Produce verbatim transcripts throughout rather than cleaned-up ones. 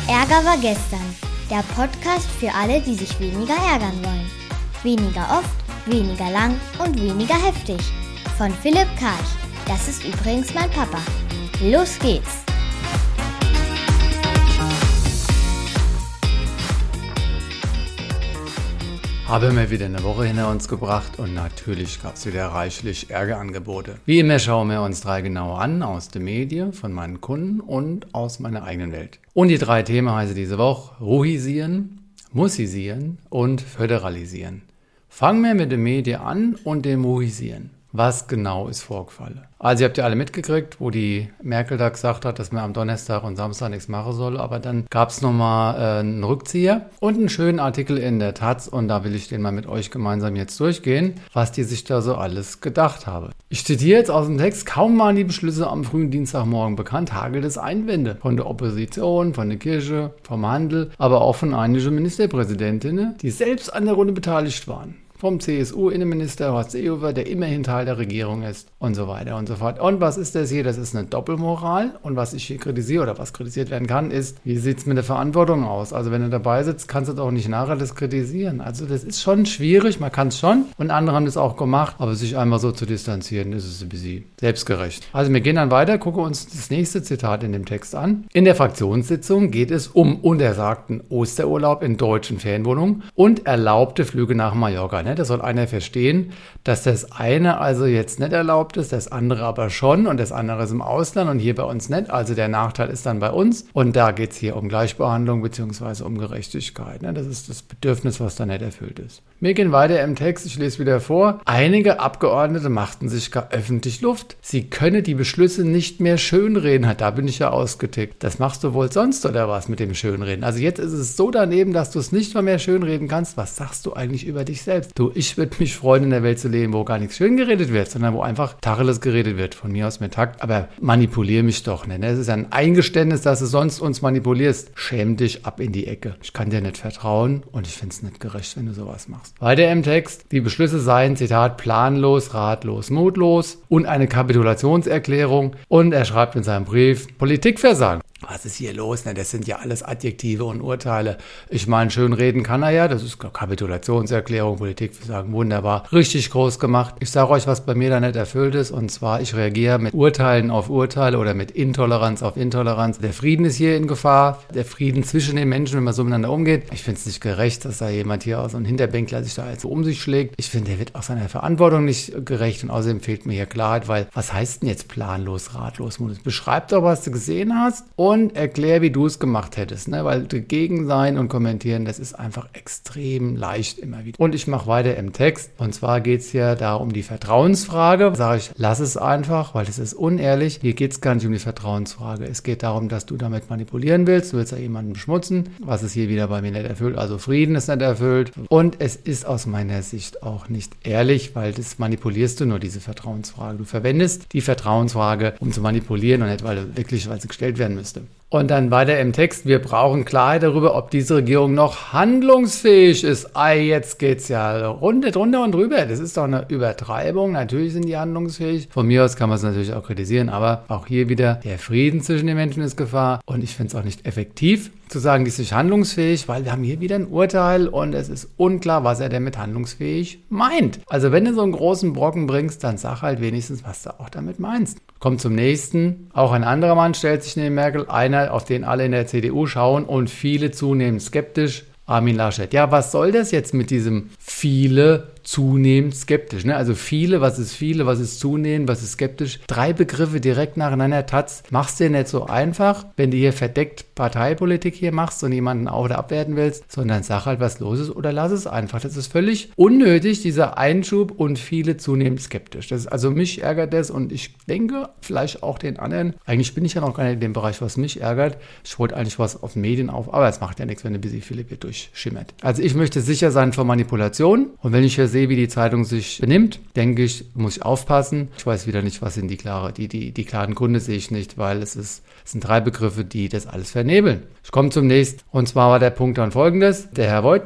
Ärger war gestern. Der Podcast für alle, die sich weniger ärgern wollen. Weniger oft, weniger lang und weniger heftig. Von Philipp Karch. Das ist übrigens mein Papa. Los geht's! Haben wir wieder eine Woche hinter uns gebracht und natürlich gab es wieder reichlich Ärgerangebote. Wie immer schauen wir uns drei genauer an, aus den Medien, von meinen Kunden und aus meiner eigenen Welt. Und die drei Themen heißen diese Woche ruhisieren, mussisieren und föderalisieren. Fangen wir mit den Medien an und dem Ruhisieren. Was genau ist vorgefallen? Also ihr habt ja alle mitgekriegt, wo die Merkel da gesagt hat, dass man am Donnerstag und Samstag nichts machen soll, aber dann gab es nochmal äh, einen Rückzieher und einen schönen Artikel in der Taz und da will ich den mal mit euch gemeinsam jetzt durchgehen, was die sich da so alles gedacht haben. Ich zitiere jetzt aus dem Text: Kaum waren die Beschlüsse am frühen Dienstagmorgen bekannt, hagelt es Einwände von der Opposition, von der Kirche, vom Handel, aber auch von einigen Ministerpräsidentinnen, die selbst an der Runde beteiligt waren. Vom C S U-Innenminister Horst Seehofer, der immerhin Teil der Regierung ist und so weiter und so fort. Und was ist das hier? Das ist eine Doppelmoral. Und was ich hier kritisiere oder was kritisiert werden kann, ist, wie sieht es mit der Verantwortung aus? Also wenn du dabei sitzt, kannst du doch nicht nachher das kritisieren. Also das ist schon schwierig, man kann es schon und andere haben das auch gemacht, aber sich einmal so zu distanzieren, ist es ein bisschen selbstgerecht. Also wir gehen dann weiter, gucken uns das nächste Zitat in dem Text an. In der Fraktionssitzung geht es um untersagten Osterurlaub in deutschen Ferienwohnungen und erlaubte Flüge nach Mallorca. Das soll einer verstehen, dass das eine also jetzt nicht erlaubt ist, das andere aber schon und das andere ist im Ausland und hier bei uns nicht. Also der Nachteil ist dann bei uns und da geht es hier um Gleichbehandlung bzw. um Gerechtigkeit. Das ist das Bedürfnis, was da nicht erfüllt ist. Wir gehen weiter im Text, ich lese wieder vor. Einige Abgeordnete machten sich gar öffentlich Luft. Sie könne die Beschlüsse nicht mehr schönreden. Da bin ich ja ausgetickt. Das machst du wohl sonst oder was mit dem Schönreden? Also jetzt ist es so daneben, dass du es nicht mal mehr schönreden kannst. Was sagst du eigentlich über dich selbst? Du, ich würde mich freuen, in der Welt zu leben, wo gar nichts schön geredet wird, sondern wo einfach Tacheles geredet wird. Von mir aus mit Takt. Aber manipulier mich doch nicht. Es ist ein Eingeständnis, dass du sonst uns manipulierst. Schäm dich ab in die Ecke. Ich kann dir nicht vertrauen und ich finde es nicht gerecht, wenn du sowas machst. Weiter im Text. Die Beschlüsse seien, Zitat, planlos, ratlos, mutlos und eine Kapitulationserklärung. Und er schreibt in seinem Brief, Politikversagen. Was ist hier los? Ne, das sind ja alles Adjektive und Urteile. Ich meine, schön reden kann er ja. Das ist Kapitulationserklärung, Politikversagen, wunderbar. Richtig groß gemacht. Ich sage euch, was bei mir da nicht erfüllt ist. Und zwar, ich reagiere mit Urteilen auf Urteile oder mit Intoleranz auf Intoleranz. Der Frieden ist hier in Gefahr. Der Frieden zwischen den Menschen, wenn man so miteinander umgeht. Ich finde es nicht gerecht, dass da jemand hier aus so einem Hinterbänkler sich da also um sich schlägt. Ich finde, der wird auch seiner Verantwortung nicht gerecht. Und außerdem fehlt mir hier Klarheit, weil was heißt denn jetzt planlos, ratlos, mutlos? Beschreib doch, was du gesehen hast. Und erklär, wie du es gemacht hättest, ne? Weil dagegen sein und kommentieren, das ist einfach extrem leicht immer wieder. Und ich mache weiter im Text. Und zwar geht es hier da um die Vertrauensfrage. Da sage ich, lass es einfach, weil es ist unehrlich. Hier geht es gar nicht um die Vertrauensfrage. Es geht darum, dass du damit manipulieren willst. Du willst ja jemanden beschmutzen, was es hier wieder bei mir nicht erfüllt. Also Frieden ist nicht erfüllt. Und es ist aus meiner Sicht auch nicht ehrlich, weil das manipulierst du nur, diese Vertrauensfrage. Du verwendest die Vertrauensfrage, um zu manipulieren und nicht, weil du wirklich, weil sie gestellt werden müsste. Und dann weiter im Text, wir brauchen Klarheit darüber, ob diese Regierung noch handlungsfähig ist. Ah, jetzt geht's ja runter, drunter und drüber. Das ist doch eine Übertreibung. Natürlich sind die handlungsfähig. Von mir aus kann man es natürlich auch kritisieren, aber auch hier wieder, der Frieden zwischen den Menschen ist Gefahr. Und ich finde es auch nicht effektiv zu sagen, die ist nicht handlungsfähig, weil wir haben hier wieder ein Urteil und es ist unklar, was er denn mit handlungsfähig meint. Also wenn du so einen großen Brocken bringst, dann sag halt wenigstens, was du auch damit meinst. Kommt zum nächsten. Auch ein anderer Mann stellt sich neben Merkel, einer, auf den alle in der C D U schauen und viele zunehmend skeptisch. Armin Laschet. Ja, was soll das jetzt mit diesem viele zunehmend skeptisch? Ne? Also viele, was ist viele, was ist zunehmend, was ist skeptisch? Drei Begriffe direkt nacheinander. Taz, machst dir nicht so einfach, wenn du hier verdeckt Parteipolitik hier machst und jemanden auf- oder abwerten willst, sondern sag halt, was los ist oder lass es einfach. Das ist völlig unnötig, dieser Einschub und viele zunehmend skeptisch. Das ist, also mich ärgert das und ich denke, vielleicht auch den anderen. Eigentlich bin ich ja noch gar nicht in dem Bereich, was mich ärgert. Ich wollte eigentlich was auf Medien auf, aber es macht ja nichts, wenn ein bisschen Philipp hier durchschimmert. Also ich möchte sicher sein vor Manipulation und wenn ich hier sehe, wie die Zeitung sich benimmt, denke ich, muss ich aufpassen. Ich weiß wieder nicht, was sind die klare, die, die, die klaren Gründe sehe ich nicht, weil es ist, es sind drei Begriffe, die das alles vernebeln. Ich komme zum nächsten. Und zwar war der Punkt dann folgendes. Der Herr Woidke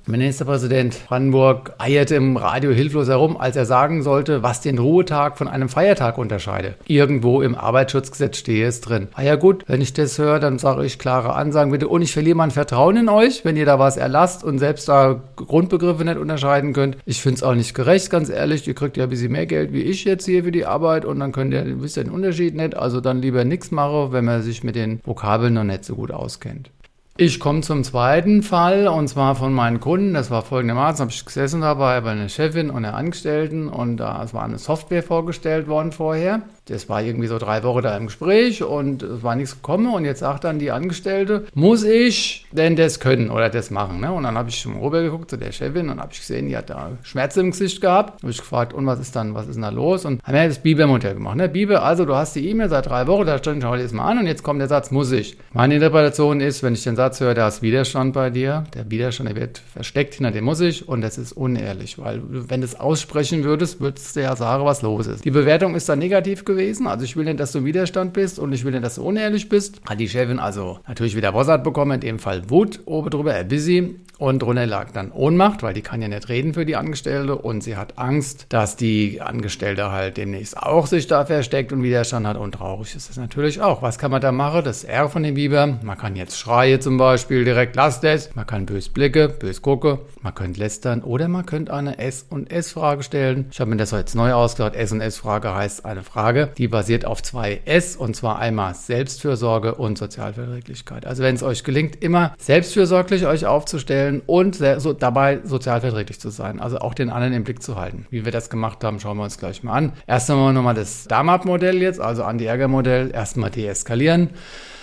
Ministerpräsident Brandenburg eierte im Radio hilflos herum, als er sagen sollte, was den Ruhetag von einem Feiertag unterscheide. Irgendwo im Arbeitsschutzgesetz stehe es drin. Ah ja gut, wenn ich das höre, dann sage ich klare Ansagen bitte und ich verliere mein Vertrauen in euch, wenn ihr da was erlasst und selbst da Grundbegriffe nicht unterscheiden könnt. Ich finde es auch nicht gerecht, ganz ehrlich. Ihr kriegt ja ein bisschen mehr Geld wie ich jetzt hier für die Arbeit und dann könnt ihr, wisst ihr den Unterschied nicht. Also dann lieber nichts machen, wenn man sich mit den Vokabeln noch nicht so gut auskennt. Ich komme zum zweiten Fall und zwar von meinen Kunden. Das war folgendermaßen, habe ich gesessen dabei bei einer Chefin und einer Angestellten und da es war eine Software vorgestellt worden vorher. Das war irgendwie so drei Wochen da im Gespräch und es war nichts gekommen und jetzt sagt dann die Angestellte, muss ich denn das können oder das machen? Ne? Und dann habe ich schon rüber geguckt zu der Chefin und habe ich gesehen, die hat da Schmerzen im Gesicht gehabt. Habe ich gefragt, und was ist dann, was ist denn da los? Und haben wir das Biber-Modell gemacht. Ne? Biber, also du hast die E-Mail seit drei Wochen, da stand, schau dir das mal an und jetzt kommt der Satz, muss ich. Meine Interpretation ist, wenn ich den Satz höre, da ist Widerstand bei dir. Der Widerstand, der wird versteckt hinter dem muss ich und das ist unehrlich, weil wenn du es aussprechen würdest, würdest du ja sagen, was los ist. Die Bewertung ist dann negativ gewesen. Also ich will nicht, dass du im Widerstand bist und ich will nicht, dass du unehrlich bist. Hat die Chefin also natürlich wieder Bossart bekommen, in dem Fall Wut oben drüber, er busy. Und drunter lag dann Ohnmacht, weil die kann ja nicht reden für die Angestellte und sie hat Angst, dass die Angestellte halt demnächst auch sich da versteckt und Widerstand hat und traurig ist das natürlich auch. Was kann man da machen? Das R von dem Biber. Man kann jetzt schreien zum Beispiel direkt, lass das. Man kann bös blicke, bös gucke. Man könnte lästern oder man könnte eine S- und S-Frage stellen. Ich habe mir das jetzt neu ausgedacht. S- und S-Frage heißt eine Frage, die basiert auf zwei S und zwar einmal Selbstfürsorge und Sozialverträglichkeit. Also wenn es euch gelingt, immer selbstfürsorglich euch aufzustellen und sehr, so, dabei sozialverträglich zu sein, also auch den anderen im Blick zu halten. Wie wir das gemacht haben, schauen wir uns gleich mal an. Erst einmal nochmal das D A M A P-Modell jetzt, also Anti-Ärger-Modell. Erstmal deeskalieren,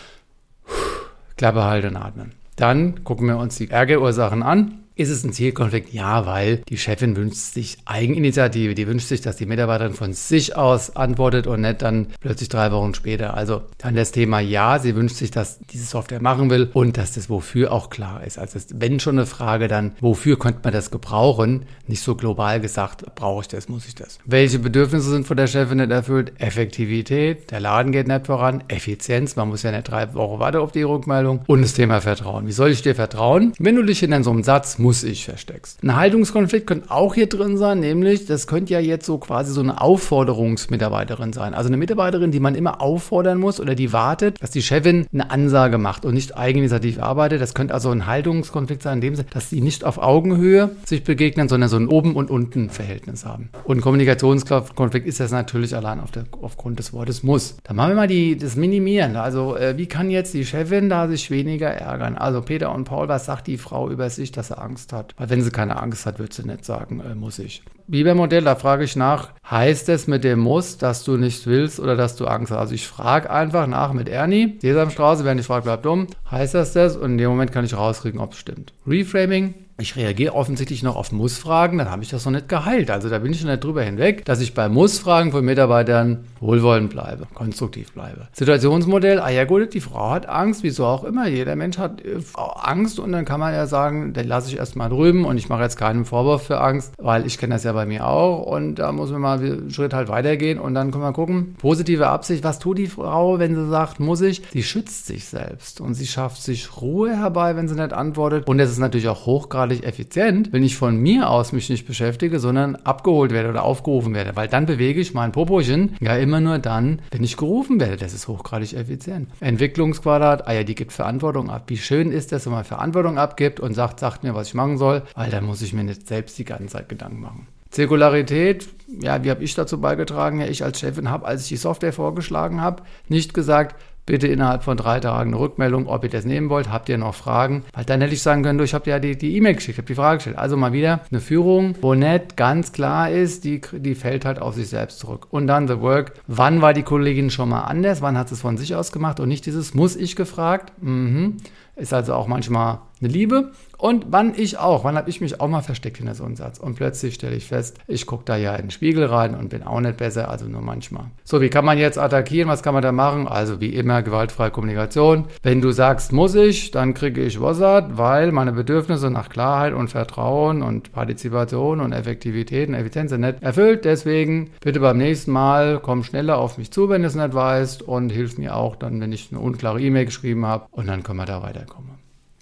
Klappe halten und atmen. Dann gucken wir uns die Ärgerursachen an. Ist es ein Zielkonflikt? Ja, weil die Chefin wünscht sich Eigeninitiative. Die wünscht sich, dass die Mitarbeiterin von sich aus antwortet und nicht dann plötzlich drei Wochen später. Also dann das Thema ja, sie wünscht sich, dass diese Software machen will und dass das Wofür auch klar ist. Also wenn schon eine Frage, dann wofür könnte man das gebrauchen? Nicht so global gesagt, brauche ich das, muss ich das. Welche Bedürfnisse sind von der Chefin nicht erfüllt? Effektivität, der Laden geht nicht voran, Effizienz, man muss ja nicht drei Wochen warten auf die Rückmeldung und das Thema Vertrauen. Wie soll ich dir vertrauen, wenn du dich in so einem Satz muss ich versteckst. Ein Haltungskonflikt könnte auch hier drin sein, nämlich, das könnte ja jetzt so quasi so eine Aufforderungsmitarbeiterin sein. Also eine Mitarbeiterin, die man immer auffordern muss oder die wartet, dass die Chefin eine Ansage macht und nicht eigeninitiativ arbeitet. Das könnte also ein Haltungskonflikt sein, in dem Sinne, dass sie nicht auf Augenhöhe sich begegnen, sondern so ein Oben- und Unten-Verhältnis haben. Und ein Kommunikationskonflikt ist das natürlich allein auf der, aufgrund des Wortes muss. Dann machen wir mal die, das Minimieren. Also äh, wie kann jetzt die Chefin da sich weniger ärgern? Also Peter und Paul, was sagt die Frau über sich, dass er Angst hat? Weil wenn sie keine Angst hat, wird sie nicht sagen, äh, muss ich. Biber-Modell, da frage ich nach, heißt es mit dem Muss, dass du nicht willst oder dass du Angst hast? Also ich frage einfach nach mit Ernie, Sesamstraße, wenn ich frage, bleibt dumm, heißt das das? Und in dem Moment kann ich rauskriegen, ob es stimmt. Reframing, ich reagiere offensichtlich noch auf Muss-Fragen, dann habe ich das noch nicht geheilt. Also da bin ich noch nicht drüber hinweg, dass ich bei Muss-Fragen von Mitarbeitern wohlwollend bleibe, konstruktiv bleibe. Situationsmodell, ah ja gut, die Frau hat Angst, wieso auch immer. Jeder Mensch hat äh, Angst und dann kann man ja sagen, den lasse ich erstmal drüben und ich mache jetzt keinen Vorwurf für Angst, weil ich kenne das ja bei mir auch und da muss man mal einen Schritt halt weitergehen und dann können wir gucken, positive Absicht, was tut die Frau, wenn sie sagt, muss ich? Sie schützt sich selbst und sie schafft sich Ruhe herbei, wenn sie nicht antwortet und es ist natürlich auch hochgradig effizient, wenn ich von mir aus mich nicht beschäftige, sondern abgeholt werde oder aufgerufen werde, weil dann bewege ich mein Popochen ja immer nur dann, wenn ich gerufen werde. Das ist hochgradig effizient. Entwicklungsquadrat, ah ja, die gibt Verantwortung ab. Wie schön ist das, wenn man Verantwortung abgibt und sagt, sagt mir, was ich machen soll, weil dann muss ich mir nicht selbst die ganze Zeit Gedanken machen. Zirkularität, ja, wie habe ich dazu beigetragen? Ja, ich als Chefin habe, als ich die Software vorgeschlagen habe, nicht gesagt, bitte innerhalb von drei Tagen eine Rückmeldung, ob ihr das nehmen wollt. Habt ihr noch Fragen? Weil dann hätte ich sagen können, du, ich habe ja die die E-Mail geschickt, ich habe die Frage gestellt. Also mal wieder eine Führung, wo nicht ganz klar ist, die, die fällt halt auf sich selbst zurück. Und dann The Work. Wann war die Kollegin schon mal anders? Wann hat sie es von sich aus gemacht und nicht dieses muss ich gefragt? Mhm. Ist also auch manchmal eine Liebe. Und wann ich auch, wann habe ich mich auch mal versteckt hinter so einem Satz? Und plötzlich stelle ich fest, ich gucke da ja in den Spiegel rein und bin auch nicht besser, also nur manchmal. So, wie kann man jetzt attackieren? Was kann man da machen? Also wie immer, gewaltfreie Kommunikation. Wenn du sagst, muss ich, dann kriege ich Wossert, weil meine Bedürfnisse nach Klarheit und Vertrauen und Partizipation und Effektivität und Effizienz sind nicht erfüllt. Deswegen bitte beim nächsten Mal komm schneller auf mich zu, wenn du es nicht weißt und hilf mir auch dann, wenn ich eine unklare E-Mail geschrieben habe und dann können wir da weiterkommen.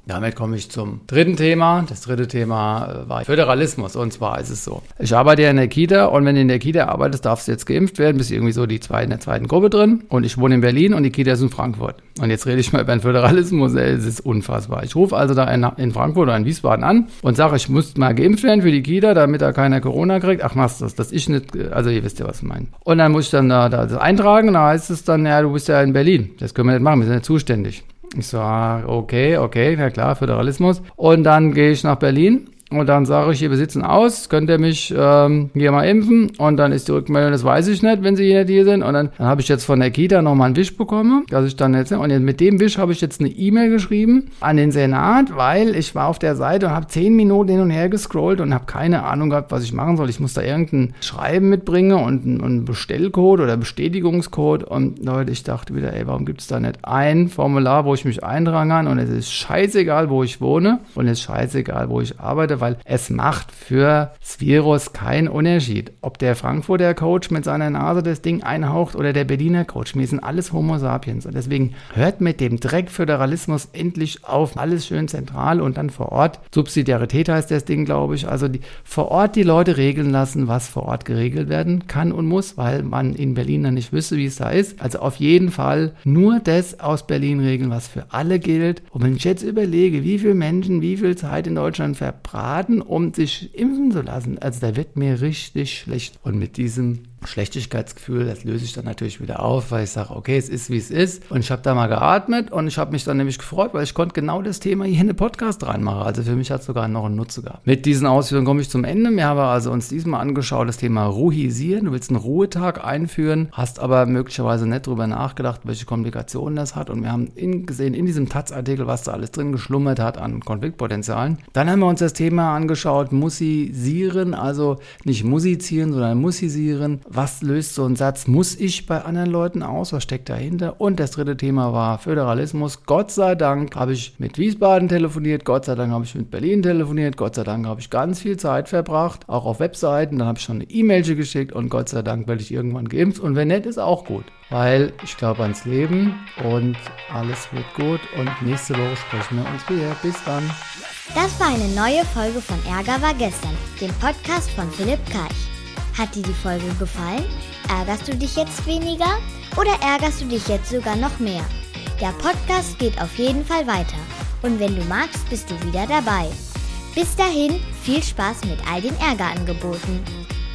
Damit komme ich zum dritten Thema. Das dritte Thema war Föderalismus. Und zwar ist es so: Ich arbeite ja in der Kita und wenn du in der Kita arbeitest, darfst du jetzt geimpft werden. Bist irgendwie so die zwei in der zweiten Gruppe drin. Und ich wohne in Berlin und die Kita ist in Frankfurt. Und jetzt rede ich mal über den Föderalismus. Es ist unfassbar. Ich rufe also da in, in Frankfurt oder in Wiesbaden an und sage, ich muss mal geimpft werden für die Kita, damit da keiner Corona kriegt. Ach, machst du das? Das ich nicht. Also ihr wisst ja, was ich meine. Und dann muss ich dann da, da das eintragen und da heißt es dann, ja, du bist ja in Berlin. Das können wir nicht machen, wir sind ja zuständig. Ich so, okay, okay, na klar, Föderalismus. Und dann gehe ich nach Berlin. Und dann sage ich, wir sitzen aus, könnt ihr mich ähm, hier mal impfen? Und dann ist die Rückmeldung, das weiß ich nicht, wenn sie hier, hier sind. Und dann, dann habe ich jetzt von der Kita nochmal einen Wisch bekommen, dass ich dann jetzt, und jetzt mit dem Wisch habe ich jetzt eine E-Mail geschrieben an den Senat, weil ich war auf der Seite und habe zehn Minuten hin und her gescrollt und habe keine Ahnung gehabt, was ich machen soll. Ich muss da irgendein Schreiben mitbringen und einen, einen Bestellcode oder Bestätigungscode. Und Leute, ich dachte wieder, ey, warum gibt es da nicht ein Formular, wo ich mich eintragen kann? Und es ist scheißegal, wo ich wohne und es ist scheißegal, wo ich arbeite, weil es macht für das Virus keinen Unterschied, ob der Frankfurter Coach mit seiner Nase das Ding einhaucht oder der Berliner Coach. Wir sind alles Homo sapiens und deswegen hört mit dem Dreck-Föderalismus endlich auf. Alles schön zentral und dann vor Ort. Subsidiarität heißt das Ding, glaube ich. Also die, vor Ort die Leute regeln lassen, was vor Ort geregelt werden kann und muss, weil man in Berlin dann nicht wüsste, wie es da ist. Also auf jeden Fall nur das aus Berlin regeln, was für alle gilt. Und wenn ich jetzt überlege, wie viele Menschen, wie viel Zeit in Deutschland verbraten, um sich impfen zu lassen. Also da wird mir richtig schlecht. Und mit diesem Schlechtigkeitsgefühl, das löse ich dann natürlich wieder auf, weil ich sage, okay, es ist, wie es ist. Und ich habe da mal geatmet und ich habe mich dann nämlich gefreut, weil ich konnte genau das Thema hier in den Podcast reinmachen. Also für mich hat es sogar noch einen Nutzen gehabt. Mit diesen Ausführungen komme ich zum Ende. Wir haben also uns diesmal angeschaut, das Thema Ruhisieren. Du willst einen Ruhetag einführen, hast aber möglicherweise nicht drüber nachgedacht, welche Komplikationen das hat. Und wir haben in, gesehen in diesem Taz-Artikel, was da alles drin geschlummert hat an Konfliktpotenzialen. Dann haben wir uns das Thema angeschaut, Musisieren, also nicht musizieren, sondern musisieren. Was löst so ein Satz, muss ich bei anderen Leuten aus? Was steckt dahinter? Und das dritte Thema war Föderalismus. Gott sei Dank habe ich mit Wiesbaden telefoniert, Gott sei Dank habe ich mit Berlin telefoniert, Gott sei Dank habe ich ganz viel Zeit verbracht, auch auf Webseiten. Dann habe ich schon eine E-Mail geschickt und Gott sei Dank werde ich irgendwann geimpft. Und wenn nicht, ist auch gut, weil ich glaube ans Leben und alles wird gut. Und nächste Woche sprechen wir uns wieder. Bis dann. Das war eine neue Folge von Ärger war gestern, dem Podcast von Philipp Karch. Hat dir die Folge gefallen? Ärgerst du dich jetzt weniger oder ärgerst du dich jetzt sogar noch mehr? Der Podcast geht auf jeden Fall weiter und wenn du magst, bist du wieder dabei. Bis dahin, viel Spaß mit all den Ärgerangeboten.